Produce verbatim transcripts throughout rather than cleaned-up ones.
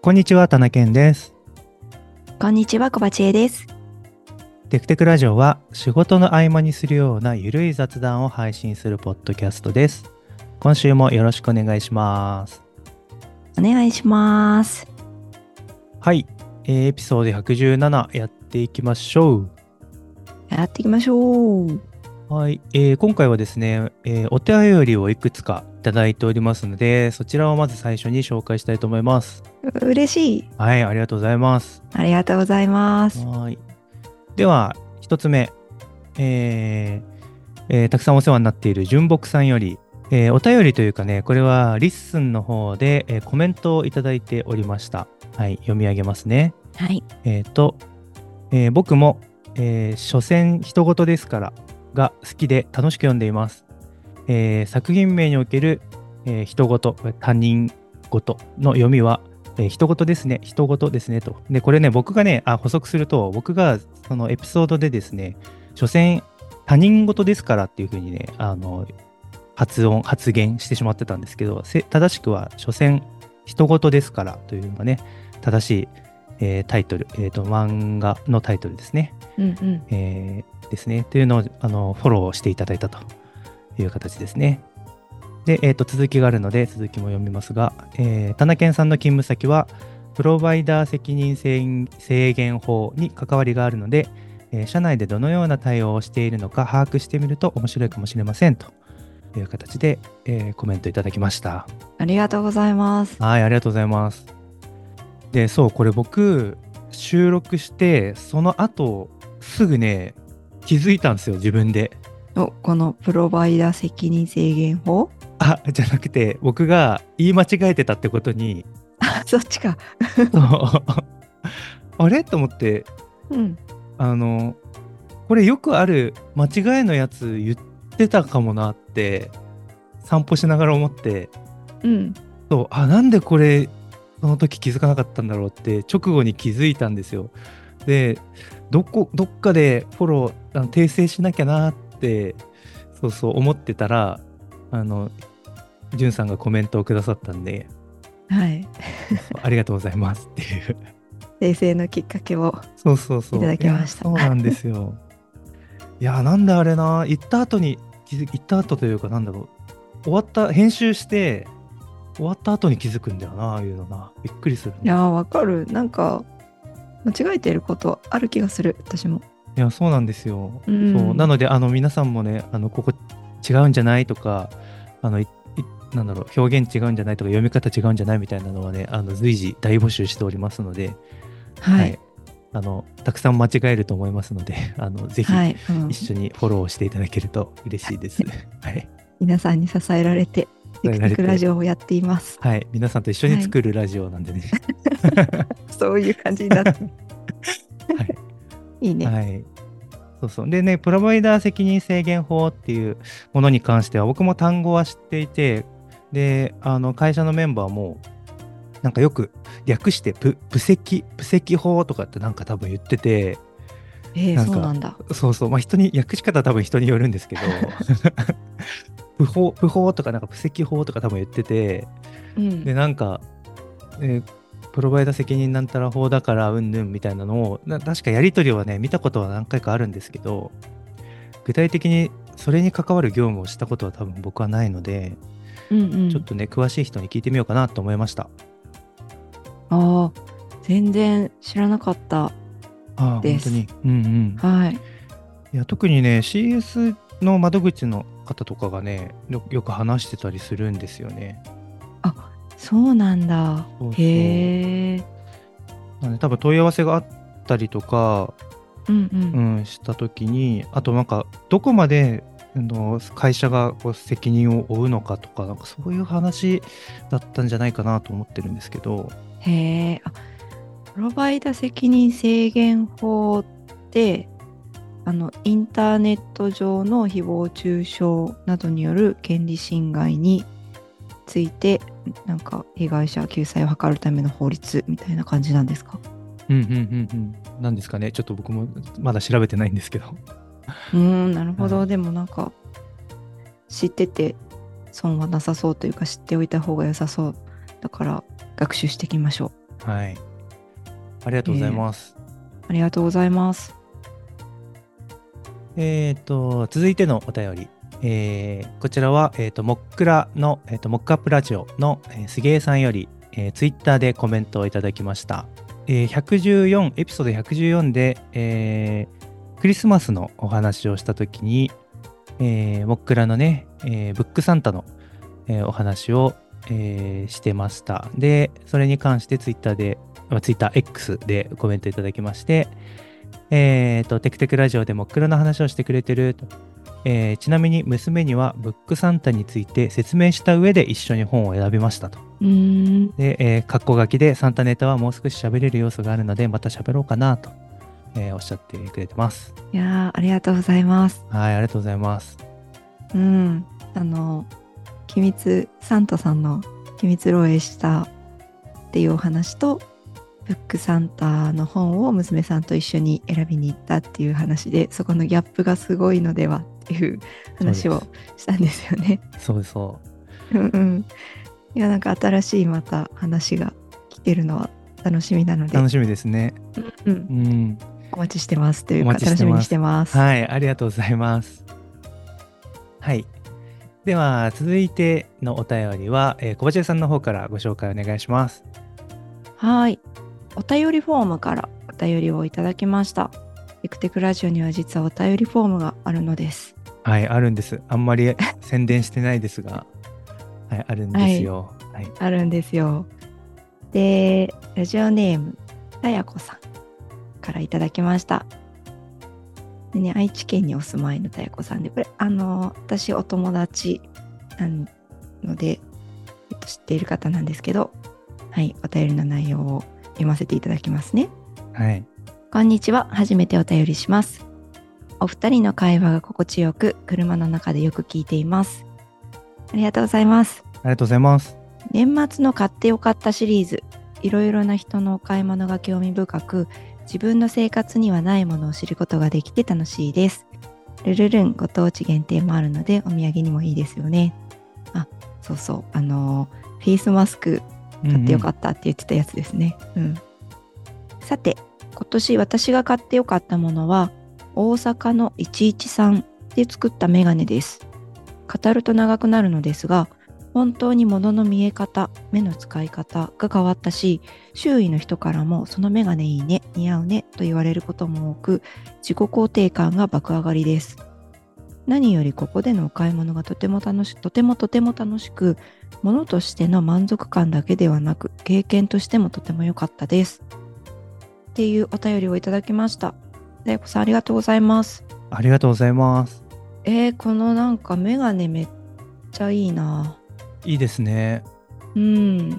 こんにちは、田中健です。 こんにちは、小鉢恵です。 テクテクラジオは仕事の合間にするようなゆるい雑談を配信するポッドキャストです。今週もよろしくお願いします。 お願いします。 はい、えーエピソードひゃくじゅうななやっていきましょう。 やっていきましょう。 はい、えー今回はですね、えーお便りをいくつかいただいておりますので、そちらをまず最初に紹介したいと思います。 う嬉しい。 はい、ありがとうございます。 ありがとうございます。 はい。では、一つ目、えーえーたくさんお世話になっている純木さんより、えーお便りというかね、これはリッスンの方で、えーコメントをいただいておりました。はい、読み上げますね。 はい。 えっ、と、えー僕も、えー、所詮人事ですからが好きで楽しく読んでいます。えー作品名における、えー人事、他人事の読みは、えー人事ですね、人事ですねと。で、これね、僕がね、あ、補足すると、僕がそのエピソードでですね、所詮他人事ですからっていうふうにね、あの、発音、発言してしまってたんですけど、せ正しくは、所詮人事ですからというのがね、正しい、えータイトル、えっ、と、漫画のタイトルですね。 うんうん。 えーですね。というのを、あの、フォローしていただいたという形ですね。で、えーと、続きがあるので、続きも読みますが、えー、田中健さんの勤務先は、プロバイダー責任制制限法に関わりがあるので、えー社内でどのような対応をしているのか把握してみると面白いかもしれませんという形で、えーコメントいただきました。 ありがとうございます。 はい、ありがとうございます。で、そう、これ僕、収録して、その後、すぐね、気づいたんですよ、自分で。 お、このプロバイダ責任制限法あ、じゃなくて、僕が言い間違えてたってことに、 あ、そっちか。 そうあれと思って、 うん。 あの、これよくある間違いのやつ言ってたかもなって散歩しながら思って、 うん。 そう、あ、なんでこれその時気づかなかったんだろうって直後に気づいたんですよ。で、どこ、どっかでフォロー、あの訂正しなきゃなって、そうそう思ってたら、あの、じゅんさんがコメントをくださったんで、 はい。 そうそうありがとうございますっていう。 訂正のきっかけをそうそうそう。 いただいや、 きました。 そうなんですよ。いや、なんであれな、行った後に気づ、行った後というか、なんだろう、終わった、編集して、終わった後に気づくんだよな、ああいうのな。びっくりするいやー、 な。 わかる。なんか、間違えてることある気がする。私も。 いや、そうなんですよ。 うそう。なん。 ので、あの、皆さんもね、あの、ここ違うんじゃないとか、あの、いいなんだろう、表現違うんじゃないとか、読み方違うんじゃないみたいなのはね、あの、随時大募集しておりますので、 はい。 はい。あの、たくさん間違えると思いますので、あの、ぜひはい。うん。 一緒にフォローしていただけると嬉しいです。はい。 皆さんに支えられて、テクテクラジオをやっています。 はい。皆さんと一緒に作るラジオなんでね。 そういう感じになって。 はい。 いいね。 はい。そうそう。でね、プロバイダー責任制限法っていうものに関しては、僕も単語は知っていて、で、あの、会社のメンバーも、なんかよく略してプ、プ責、プ責法とかってなんか多分言ってて、 えー、 なんか、 そうなんだ。 そうそう、まあ人に、訳し方は多分人によるんですけど、不法、不法とかなんか不責法とか多分言ってて、 うんで、なんか、えープロバイダー責任なんたら法だからうんぬんみたいなのを、な確かやり取りはね、見たことは何回かあるんですけど、具体的にそれに関わる業務をしたことは多分僕はないので、 うんうん。 ちょっとね、詳しい人に聞いてみようかなと思いました。 ああ、全然知らなかったああ、 です。 本当に。うんうん。 はい。 いや、特にね、シーエス の窓口の方とかがね、よ、よく話してたりするんですよね。 あ、そうなんだ。 そうそへえ。 う。なんで多分問い合わせがあったりとか、 うんうん。 うん、したときに、あとなんか、どこまで、あの会社がこう責任を負うのかとか、なんかそういう話だったんじゃないかなと思ってるんですけど、 へえ。あ、プロバイダ責任制限法って、あの、インターネット上の誹謗中傷などによる権利侵害について、なんか被害者救済を図るための法律みたいな感じなんですか？ うんうんうんうん。なんですかね。ちょっと僕もまだ調べてないんですけど。 うーん、なるほど。 はい。 でもなんか知ってて損はなさそうというか知っておいた方が良さそうだから学習していきましょはい。ありがとうございます。 えー、ありがとうございます。 えっと、続いてのお便り。えー、こちらは、えっと、もっくらの、えっと、モックアップラジオの、えー、杉江さんより、えー、ツイッターでコメントをいただきました。えー、ひゃくじゅうよん、エピソードひゃくじゅうよんで、えー、クリスマスのお話をしたときに、えー、もっくらのね、えー、ブックサンタの、えー、お話を、えー、してました。で、それに関してツイッターで、ツイッター X でコメントいただきまして、えーと、テクテクラジオでもっくらの話をしてくれてると。えーちなみに娘にはブックサンタについて説明した上で一緒に本を選びましたと。 うーん。 で、えー、括弧書きでサンタネタはもう少し喋れる要素があるのでまた喋ろうかなと、えーおっしゃってくれてます。 いやー、ありがとうございます。 はい、ありがとうございます。 うん。あの、機密、サンタさんの機密漏洩したっていうお話と、ブックサンタの本を娘さんと一緒に選びに行ったっていう話で、そこのギャップがすごいのではっていう話をしたんですよね。 そうですそう。 うんうん。いや、なんか新しいまた話が聞けるのは楽しみなので、 楽しみですね。 うん、 うん。 お待ちしてますといおうか、 待ちしてます。 楽しみにしてます。 はい、ありがとうございます。はい。では、続いてのお便りは、えー、小鉢さんの方からご紹介お願いします。 はい。お便りフォームからお便りをいただきました。テクテクラジオには実はお便りフォームがあるのです。 はい、あるんです。あんまり宣伝してないですが、はい、あるんですよ。はい。 あるんですよ。で、ラジオネーム、たやこさんからいただきました。でね、愛知県にお住まいのたやこさんで、これ、あの、私お友達なので、えっと、知っている方なんですけど、はい、お便りの内容を読ませていただきますね。 はい。 こんにちは。初めてお便りします。お二人の会話が心地よく、車の中でよく聞いています。ありがとうございます。 ありがとうございます。 年末の買ってよかったシリーズ、いろいろな人のお買い物が興味深く、自分の生活にはないものを知ることができて楽しいです。ルルルンご当地限定もあるのでお土産にもいいですよね。あ、そうそう、あのフェイスマスク買ってよかったって言ってたやつですね。うん、うん、さて、今年私が買ってよかったものは大阪のいちいちさんで作ったメガネです。語ると長くなるのですが、本当に物の見え方、目の使い方が変わったし、周囲の人からもそのメガネいいね、似合うねと言われることも多く、自己肯定感が爆上がりです。何よりここでのお買い物がとても楽しく、とてもとても楽しく、物としての満足感だけではなく、経験としてもとても良かったです。っていうお便りをいただきました。大子さん、ありがとうございます。 ありがとうございます。 えー、このなんかメガネめっちゃいいな。 いいですね。 うん。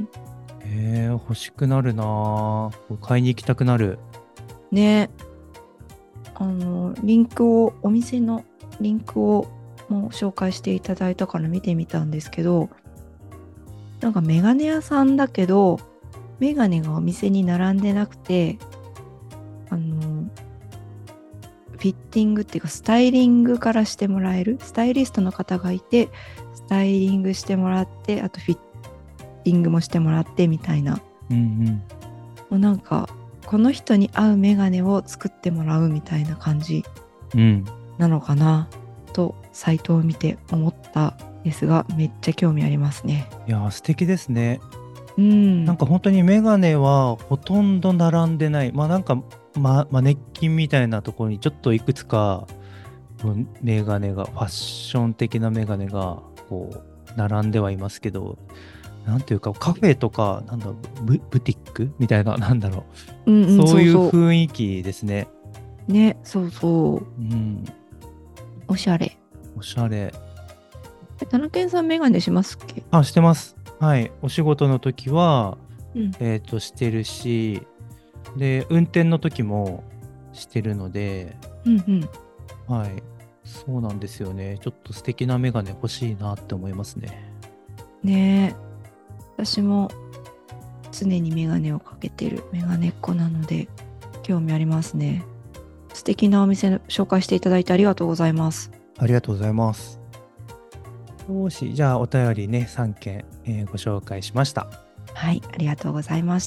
えー、欲しくなるな。買いに行きたくなる。 ね。あの、リンクを、お店のリンクをも紹介していただいたから見てみたんですけど、なんかメガネ屋さんだけど、メガネがお店に並んでなくて、あの、フィッティングっていうかスタイリングからしてもらえる、スタイリストの方がいて、スタイリングしてもらって、あとフィッティングもしてもらってみたいな。 うんうん。 もうなんか、この人に合うメガネを作ってもらうみたいな感じなのかな、うん、とサイトを見て思ったですが、めっちゃ興味ありますね。 いや素敵ですね。 うん。 なんか本当にメガネはほとんど並んでない。まあなんか、ま、マネキンみたいなところにちょっといくつかメガネが、ファッション的なメガネがこう並んではいますけど、なんていうかカフェとかなんだろう、ブ、ブティックみたいな、なんだろう、うんうん、そういう雰囲気ですね。 ね、そうそう。 うん。 おしゃれ。 おしゃれ。 田中健さんメガネしますっけ？ あ、してます。はい。お仕事の時は、 うん、 えっと、してるし、で、運転の時もしてるので、 うんうん。 はい。そうなんですよね。ちょっと素敵なメガネ欲しいなって思いますね。 ねえ。私も常にメガネをかけてるメガネっ子なので興味ありますね。素敵なお店紹介していただいてありがとうございます。 ありがとうございます。よし、じゃあお便りね、さんけん、えー、ご紹介しました。 はい、ありがとうございました。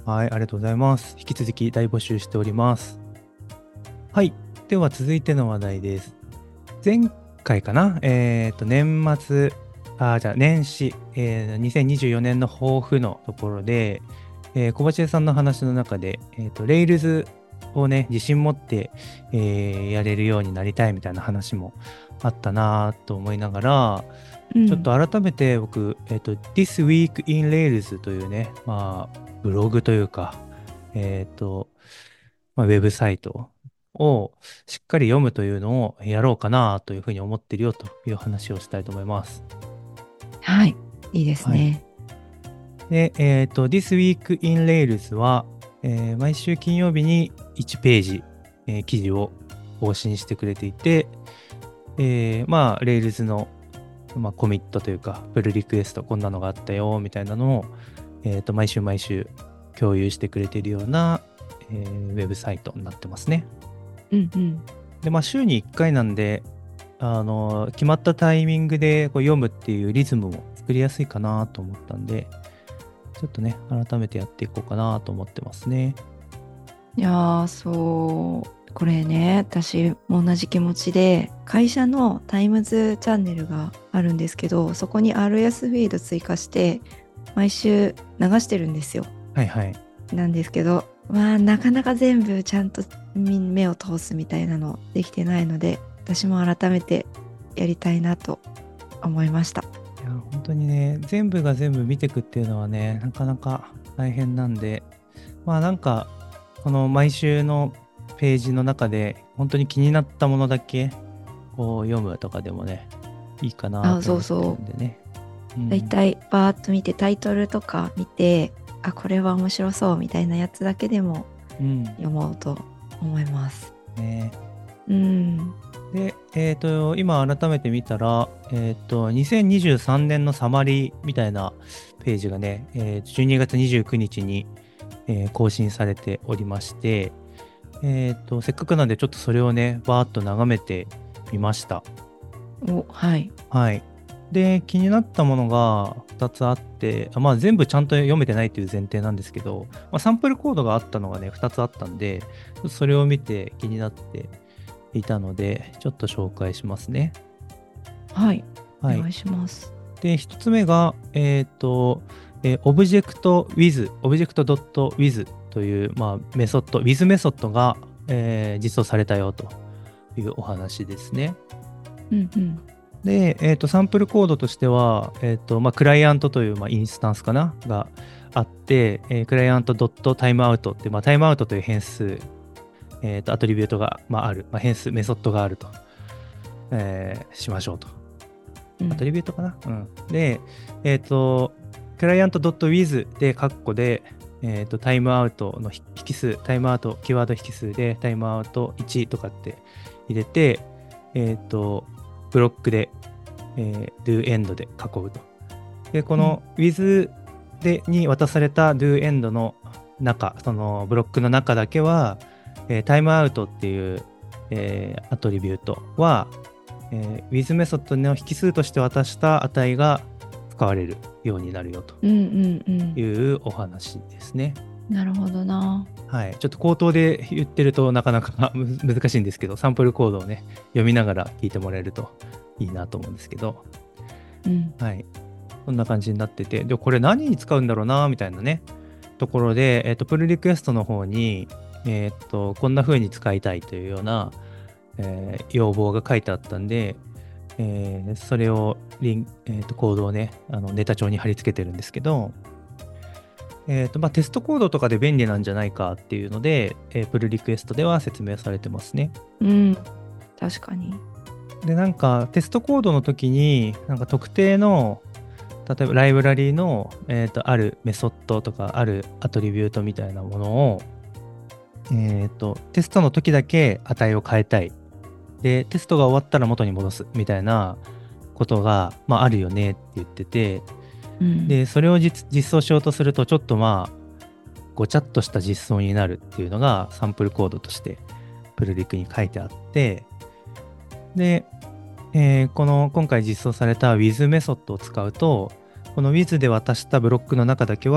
はい、ありがとうございます。引き続き大募集しております。はい、では続いての話題です。前回かな、えっと、年末、あ、じゃあ年始、えー、にせんにじゅうよねんの抱負のところで、えー、小鉢さんの話の中で、えっと、レイルズをね、自信持って、えーやれるようになりたいみたいな話もあったなと思いながら、 うんちょっと改めて僕、えっと、This Week in Rails というね、まあ、ブログというか、えっと、まあ、ウェブサイトをしっかり読むというのをやろうかなというふうに思ってるよという話をしたいと思います。 はい、いいですはい。 ね。 で、えっと、This Week in Rails は、えー毎週金曜日にいちページ、えー記事を更新してくれていて、えーまあ、Rails の、まあ、コミットというか、プルリクエスト、こんなのがあったよ、みたいなのを、えっと、毎週毎週共有してくれているような、えーウェブサイトになってますね。 うんうんで、まあ、週にいっかいなんで、あの、決まったタイミングでこう読むっていうリズムも作りやすいかなと思ったんで、ちょっとね、改めてやっていこうかなと思ってますね。 いやー、そうこれね、私も同じ気持ちで、会社のタイムズチャンネルがあるんですけど、そこに アールエス フィード追加して毎週流してるんですよ。 はいはい。 なんですけど、まあなかなか全部ちゃんとみ目を通すみたいなのできてないので、私も改めてやりたいなと思いました。 いや、本当にね、全部が全部見てくっていうのはね、なかなか大変なんで、まあなんか、この毎週のページの中で、本当に気になったものだけこう読むとかでもね、いいかなあ、 とそう思ってるそう。 んでね。うんだいたいバーッと見てタイトルとか見て、あ、これは面白そうみたいなやつだけでもうん。 読もうと思います。 ね。 うん。 で、えっと、今改めて見たら、えっと、にせんにじゅうさんねんのサマリーみたいなページがね、えーじゅうにがつにじゅうくにちに、えー更新されておりまして、えっと、せっかくなんでちょっとそれをね、バーッと眺めてみました。 お、はい。 はい。で、気になったものがふたつあって、あまあ全部ちゃんと読めてないという前提なんですけど、まあ、サンプルコードがあったのがね、ふたつあったんで、ちょっとそれを見て気になっていたので、ちょっと紹介しますね。 はい。おはい。 願いします。 で、ひとつめが、えっと、えー、Object.with、Object.with という、まあ、メソッド、with メソッドが、えー実装されたよというお話ですね。 うんうん。 で、えっと、サンプルコードとしては、えっと、まあ、クライアントという、まあ、インスタンスかながあって、えークライアント .timeout って、まあ、タイムアウトという変数、えっと、アトリビュートが、まあ、ある、まあ、変数、メソッドがあると、えーしましょうと。 うんアトリビュートかな、うん、で、えっ、と、クライアント .with で、カッコで、えっ、と、タイムアウトの引数、タイムアウト、キーワード引数で、タイムアウトいちとかって入れて、えっ、と、ブロックで、えー do end で囲うと。で、この with でに渡された do end の中、そのブロックの中だけは、えー、タイムアウトっていう、えーアトリビュートは、えー with メソッドの引数として渡した値が使われるようになるよとうんうんうん。 いうお話ですね。 なるほどな。 はい。ちょっと口頭で言ってるとなかなかむ難しいんですけど、サンプルコードをね、読みながら聞いてもらえるといいなと思うんですけど、 うん。 はい。こんな感じになってて、で、これ何に使うんだろうな、みたいなね、ところで、えっと、プルリクエストの方に、えっと、こんな風に使いたいというような、えー要望が書いてあったんで、えーそれをリン、えーと、コードをね、あのネタ帳に貼り付けてるんですけど、えっと、まあ、テストコードとかで便利なんじゃないかっていうので、えープルリクエストでは説明されてますね。 うん。確かに。 で、なんかテストコードの時に、なんか特定の、例えばライブラリーの、えーと、あるメソッドとか、あるアトリビュートみたいなものを、えーと、テストの時だけ値を変えたい。で、テストが終わったら元に戻すみたいなことが、まあ、あるよねって言ってて、 うん。 で、それを実実装しようとすると、ちょっとまあ、ごちゃっとした実装になるっていうのがサンプルコードとしてプルリクに書いてあって、で、えーこの今回実装された with メソッドを使うと、この with で渡したブロックの中だけは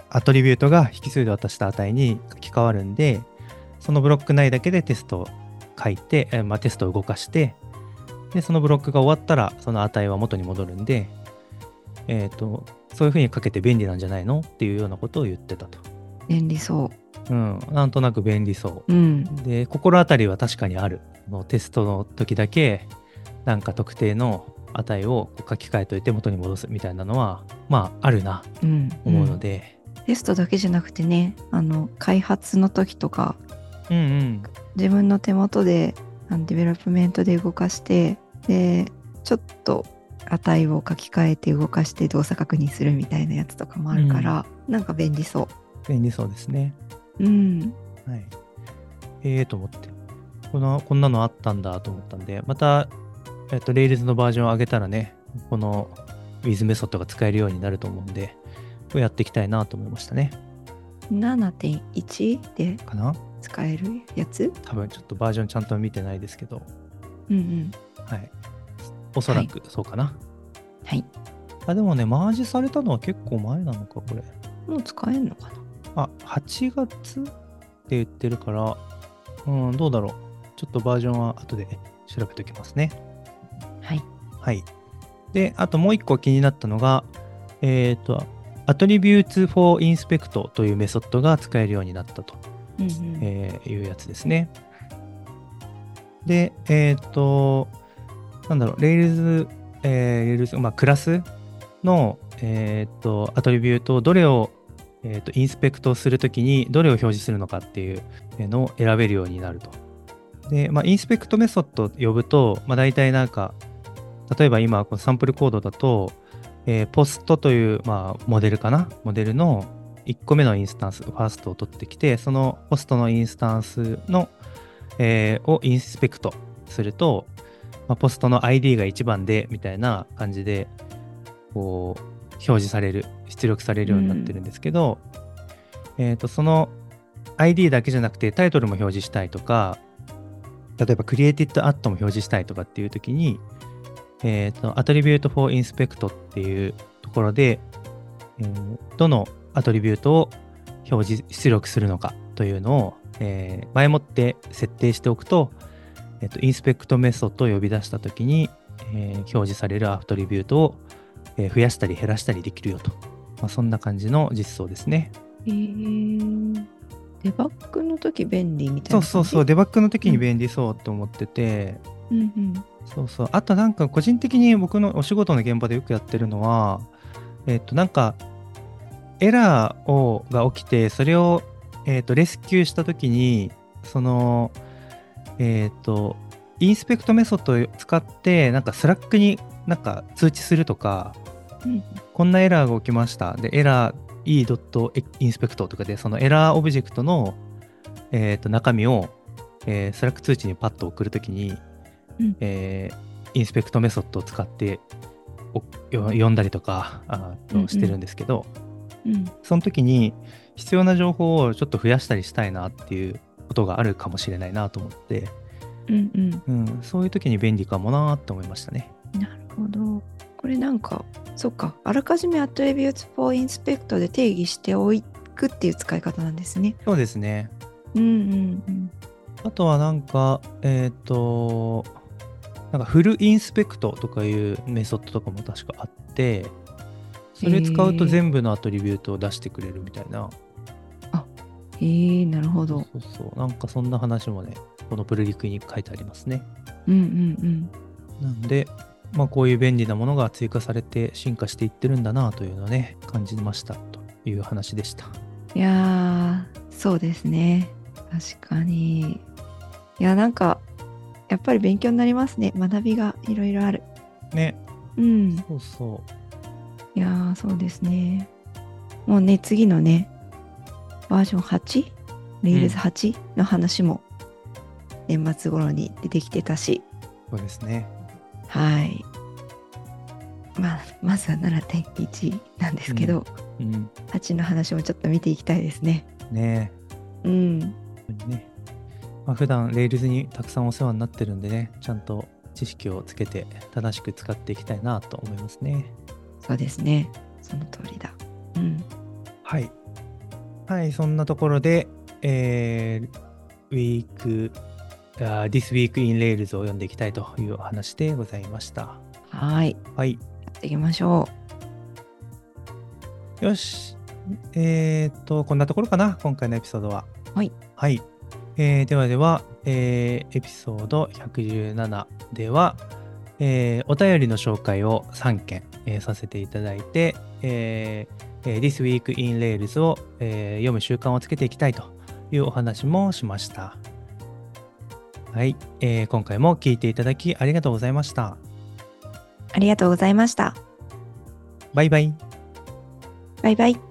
アトリビュートが引数で渡した値に書き換わるんで、そのブロック内だけでテストを書いて、えーまあ、テストを動かして、で、そのブロックが終わったら、その値は元に戻るんで、えっと、そういうふうに書けて便利なんじゃないのっていうようなことを言ってたと。 便利そうん、なんとなく便利そう。 う。うん。 で、心当たりは確かにある。のテストの時だけ、なんか特定の値を書き換えといて元に戻すみたいなのは、まあ、あるな、 うん。 思うので。 うん、テストだけじゃなくてね、あの、開発の時とか、 うんうん。 自分の手元で、あのデベロップメントで動かして、で、ちょっと値を書き換えて動かして動作確認するみたいなやつとかもあるから、うん、なんか便利そう。 便利そうですね。 うん。 はい。ええー、と思って。この、こんなのあったんだと思ったんで、また、えっと、Rails のバージョンを上げたらね、この With メソッドが使えるようになると思うんで、これやっていきたいなと思いましたね。 ななてんいち でかな使えるやつ？ 多分ちょっとバージョンちゃんと見てないですけど。 うんうん。 はい。おそらくそうかな。 はい。 あ、でもね、マージされたのは結構前なのか、これ。 もう使えんのかな？ あ、はちがつって言ってるから、うん、どうだろう。ちょっとバージョンは後で調べておきますね。 はい。 はい。で、あともう一個気になったのが、えっと、Attributes for Inspect というメソッドが使えるようになったと、うんうんえー、いうやつですね。で、えっと、なんだろう、Rails、えー、Rails、まあ、クラスの、えっと、アトリビュートをどれを、えっと、インスペクトするときにどれを表示するのかっていうのを選べるようになると。で、まあ、インスペクトメソッドを呼ぶと、まあ、大体なんか、例えば今、このサンプルコードだと、えー、ポストという、まあ、モデルかなモデルのいっこめのインスタンス、ファーストを取ってきて、そのポストのインスタンスの、えー、をインスペクトすると、まあ、ポストの アイディー がいちばんで、みたいな感じで、こう、表示される、出力されるようになってるんですけど、うん、えっと、その アイディー だけじゃなくてタイトルも表示したいとか、例えば Created at も表示したいとかっていうときに、えっと、Attribute for Inspect っていうところで、えー、どのアトリビュートを表示、出力するのかというのを、えー、前もって設定しておくと、えっと、インスペクトメソッドを呼び出したときに、えー、表示されるアトリビュートを、えー、増やしたり減らしたりできるよと。まあ、そんな感じの実装ですね。 へー。デバッグの時便利みたいな感じ？ そうそうそう、デバッグの時に便利そうと思ってて、 うんうん、 そうそう。あとなんか個人的に僕のお仕事の現場でよくやってるのは、えっとなんかエラーをが起きて、それを、えっとレスキューした時に、その、えっと、インスペクトメソッドを使って、なんかスラックになんか通知するとか、うん、こんなエラーが起きました。で、エラー e.inspect とかで、そのエラーオブジェクトの、えっと中身を、えー、スラック通知にパッと送るときに、うんえー、インスペクトメソッドを使って読んだりとかあとしてるんですけど、うんうん、その時に必要な情報をちょっと増やしたりしたいなっていうことがあるかもしれないなと思って、うんうんうん、そういう時に便利かもなって思いましたね。 なるほど。これなんかそっか、あらかじめ Attributes for Inspect で定義しておくっていう使い方なんですね。 そうですね。 うんうんうん。 あとはなんかえっとなんかフルインスペクトとかいうメソッドとかも確かあって、それ使うと全部のアトリビュートを出してくれるみたいな。 あ、へえ、なるほど。 そうそうそう。なんかそんな話もね、このプルリクに書いてありますね。 うんうんうん。なんで、まあこういう便利なものが追加されて進化していってるんだなというのをね、感じましたという話でした。 いやー、そうですね。確かに。いや、なんか、やっぱり勉強になりますね。学びがいろいろある。 ね。 うん。 そうそう。 いやー、そうですね。もうね、次のね、バージョンはち、レイルズはちの話も年末頃に出てきてたし。 うん、そうですね。 はい。まあ、まずは ななてんいち なんですけど、うんうん、はちの話もちょっと見ていきたいですね。 ねえ。うん。 ね。まあ、普段 Rails にたくさんお世話になってるんでね、ちゃんと知識をつけて正しく使っていきたいなと思いますね。 そうですね。その通りだ。うん。 はい。 はい、そんなところで、えー、ウィーク、あ This Week in Rails を読んでいきたいというお話でございました。 はい。 はい。 やっていきましょよし。えーっと、こんなところかな、今回のエピソードは。 う。はい。 はい。えーではでは、えーエピソードひゃくじゅうななでは、えーお便りの紹介をさんけん、えーさせていただいて、えーえー This Week in Rails を、えー読む習慣をつけていきたいというお話もしました。はい、えー今回も聞いていただきありがとうございました。 ありがとうございました。 バイバイ。 バイバイ。